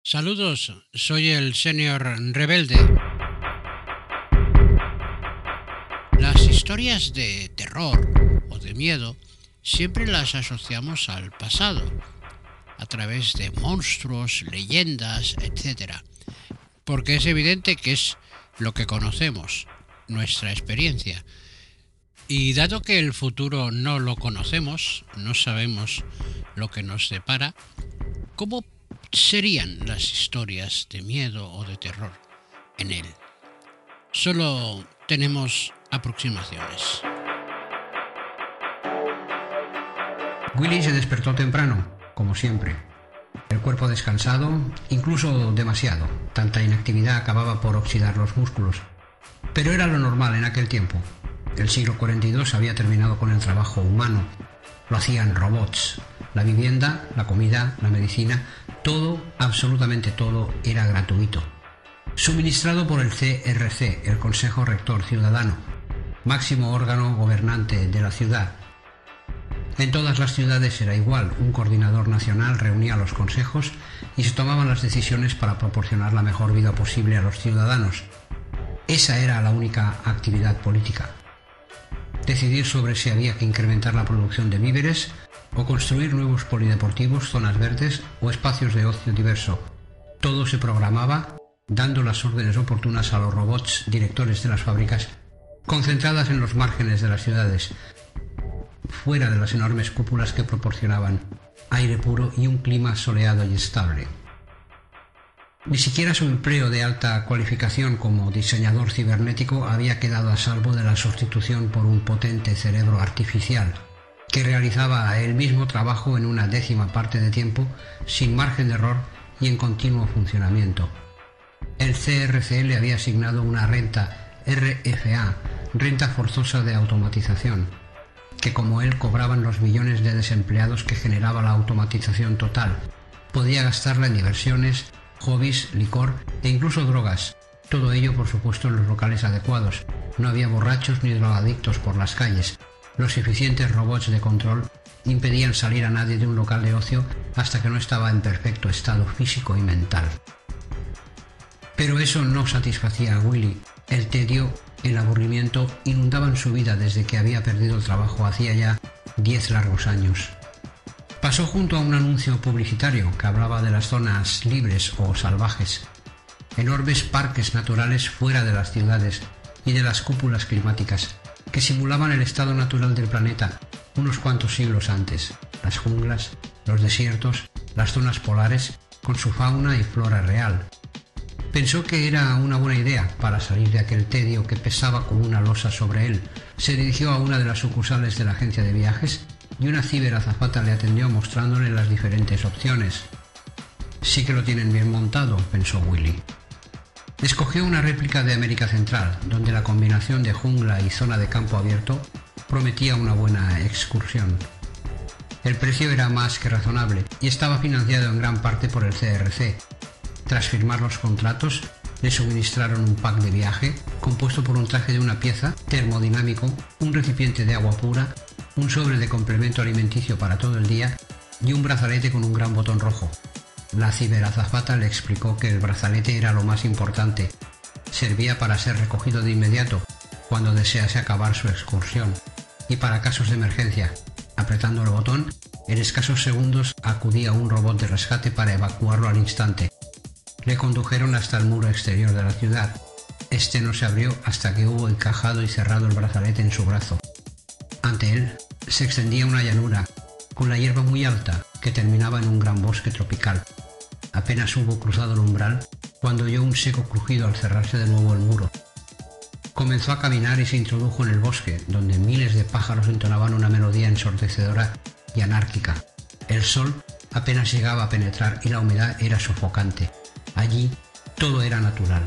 Saludos, soy el Senior Rebelde. Las historias de terror o de miedo siempre las asociamos al pasado, a través de monstruos, leyendas, etc. Porque es evidente que es lo que conocemos, nuestra experiencia. Y dado que el futuro no lo conocemos, no sabemos lo que nos depara, ¿cómo serían las historias de miedo o de terror en él? Solo tenemos aproximaciones. Willy se despertó temprano, como siempre. El cuerpo descansado, incluso demasiado. Tanta inactividad acababa por oxidar los músculos. Pero era lo normal en aquel tiempo. El siglo 42 había terminado con el trabajo humano. Lo hacían robots. La vivienda, la comida, la medicina, todo, absolutamente todo, era gratuito. Suministrado por el CRC, el Consejo Rector Ciudadano, máximo órgano gobernante de la ciudad. En todas las ciudades era igual, un coordinador nacional reunía los consejos y se tomaban las decisiones para proporcionar la mejor vida posible a los ciudadanos. Esa era la única actividad política. Decidir sobre si había que incrementar la producción de víveres o construir nuevos polideportivos, zonas verdes o espacios de ocio diverso. Todo se programaba, dando las órdenes oportunas a los robots directores de las fábricas, concentradas en los márgenes de las ciudades, fuera de las enormes cúpulas que proporcionaban aire puro y un clima soleado y estable. Ni siquiera su empleo de alta cualificación como diseñador cibernético había quedado a salvo de la sustitución por un potente cerebro artificial, que realizaba el mismo trabajo en una décima parte de tiempo, sin margen de error y en continuo funcionamiento. El CRC le había asignado una renta RFA, renta forzosa de automatización, que como él cobraban los millones de desempleados que generaba la automatización total. Podía gastarla en diversiones, hobbies, licor e incluso drogas. Todo ello, por supuesto, en los locales adecuados. No había borrachos ni drogadictos por las calles. Los eficientes robots de control impedían salir a nadie de un local de ocio hasta que no estaba en perfecto estado físico y mental. Pero eso no satisfacía a Willy. El tedio, el aburrimiento inundaban su vida desde que había perdido el trabajo hacía ya 10 largos años. Pasó junto a un anuncio publicitario que hablaba de las zonas libres o salvajes, enormes parques naturales fuera de las ciudades y de las cúpulas climáticas, que simulaban el estado natural del planeta unos cuantos siglos antes, las junglas, los desiertos, las zonas polares, con su fauna y flora real. Pensó que era una buena idea para salir de aquel tedio que pesaba como una losa sobre él. Se dirigió a una de las sucursales de la agencia de viajes y una ciberazafata le atendió mostrándole las diferentes opciones. Sí que lo tienen bien montado, pensó Willy. Escogió una réplica de América Central, donde la combinación de jungla y zona de campo abierto prometía una buena excursión. El precio era más que razonable y estaba financiado en gran parte por el CRC. Tras firmar los contratos, le suministraron un pack de viaje compuesto por un traje de una pieza, termodinámico, un recipiente de agua pura, un sobre de complemento alimenticio para todo el día y un brazalete con un gran botón rojo. La ciberazafata le explicó que el brazalete era lo más importante. Servía para ser recogido de inmediato cuando desease acabar su excursión y para casos de emergencia. Apretando el botón, en escasos segundos acudía un robot de rescate para evacuarlo al instante. Le condujeron hasta el muro exterior de la ciudad. Este no se abrió hasta que hubo encajado y cerrado el brazalete en su brazo. Ante él se extendía una llanura, con la hierba muy alta, que terminaba en un gran bosque tropical. Apenas hubo cruzado el umbral cuando oyó un seco crujido al cerrarse de nuevo el muro. Comenzó a caminar y se introdujo en el bosque, donde miles de pájaros entonaban una melodía ensordecedora y anárquica. El sol apenas llegaba a penetrar y la humedad era sofocante. Allí todo era natural.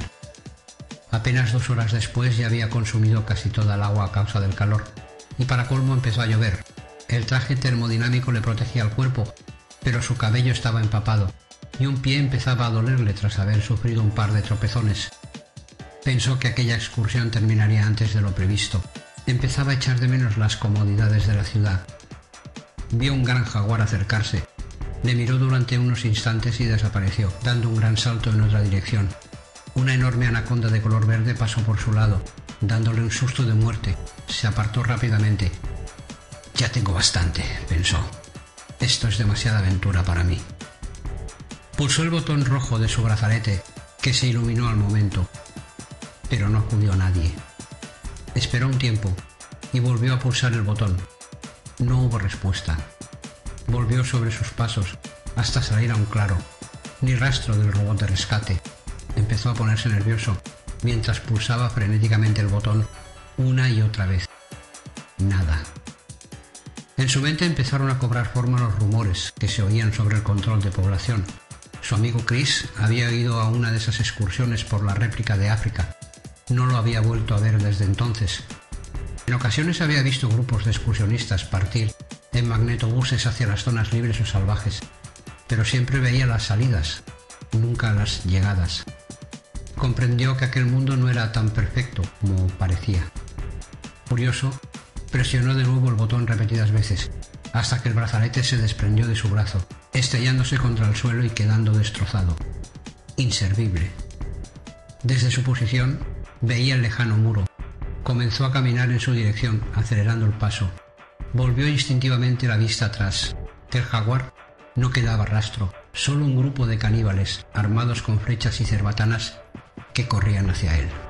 Apenas 2 horas después ya había consumido casi toda el agua a causa del calor, y para colmo empezó a llover. El traje termodinámico le protegía el cuerpo, pero su cabello estaba empapado, y un pie empezaba a dolerle tras haber sufrido un par de tropezones. Pensó que aquella excursión terminaría antes de lo previsto. Empezaba a echar de menos las comodidades de la ciudad. Vio un gran jaguar acercarse, Le miró durante unos instantes y desapareció, dando un gran salto en otra dirección. Una enorme anaconda de color verde pasó por su lado, dándole un susto de muerte. Se apartó rápidamente. «Ya tengo bastante», pensó. «Esto es demasiada aventura para mí». Pulsó el botón rojo de su brazalete, que se iluminó al momento, pero no acudió nadie. Esperó un tiempo y volvió a pulsar el botón. No hubo respuesta. Volvió sobre sus pasos hasta salir a un claro. Ni rastro del robot de rescate. Empezó a ponerse nervioso mientras pulsaba frenéticamente el botón una y otra vez. Nada. En su mente empezaron a cobrar forma los rumores que se oían sobre el control de población. Su amigo Chris había ido a una de esas excursiones por la réplica de África. No lo había vuelto a ver desde entonces. En ocasiones había visto grupos de excursionistas partir en magnetobuses hacia las zonas libres o salvajes, pero siempre veía las salidas, nunca las llegadas. Comprendió que aquel mundo no era tan perfecto como parecía. Furioso, presionó de nuevo el botón repetidas veces, hasta que el brazalete se desprendió de su brazo, estrellándose contra el suelo y quedando destrozado. Inservible. Desde su posición, veía el lejano muro. Comenzó a caminar en su dirección, acelerando el paso. Volvió instintivamente la vista atrás. Del jaguar no quedaba rastro, solo un grupo de caníbales, armados con flechas y cerbatanas, que corrían hacia él.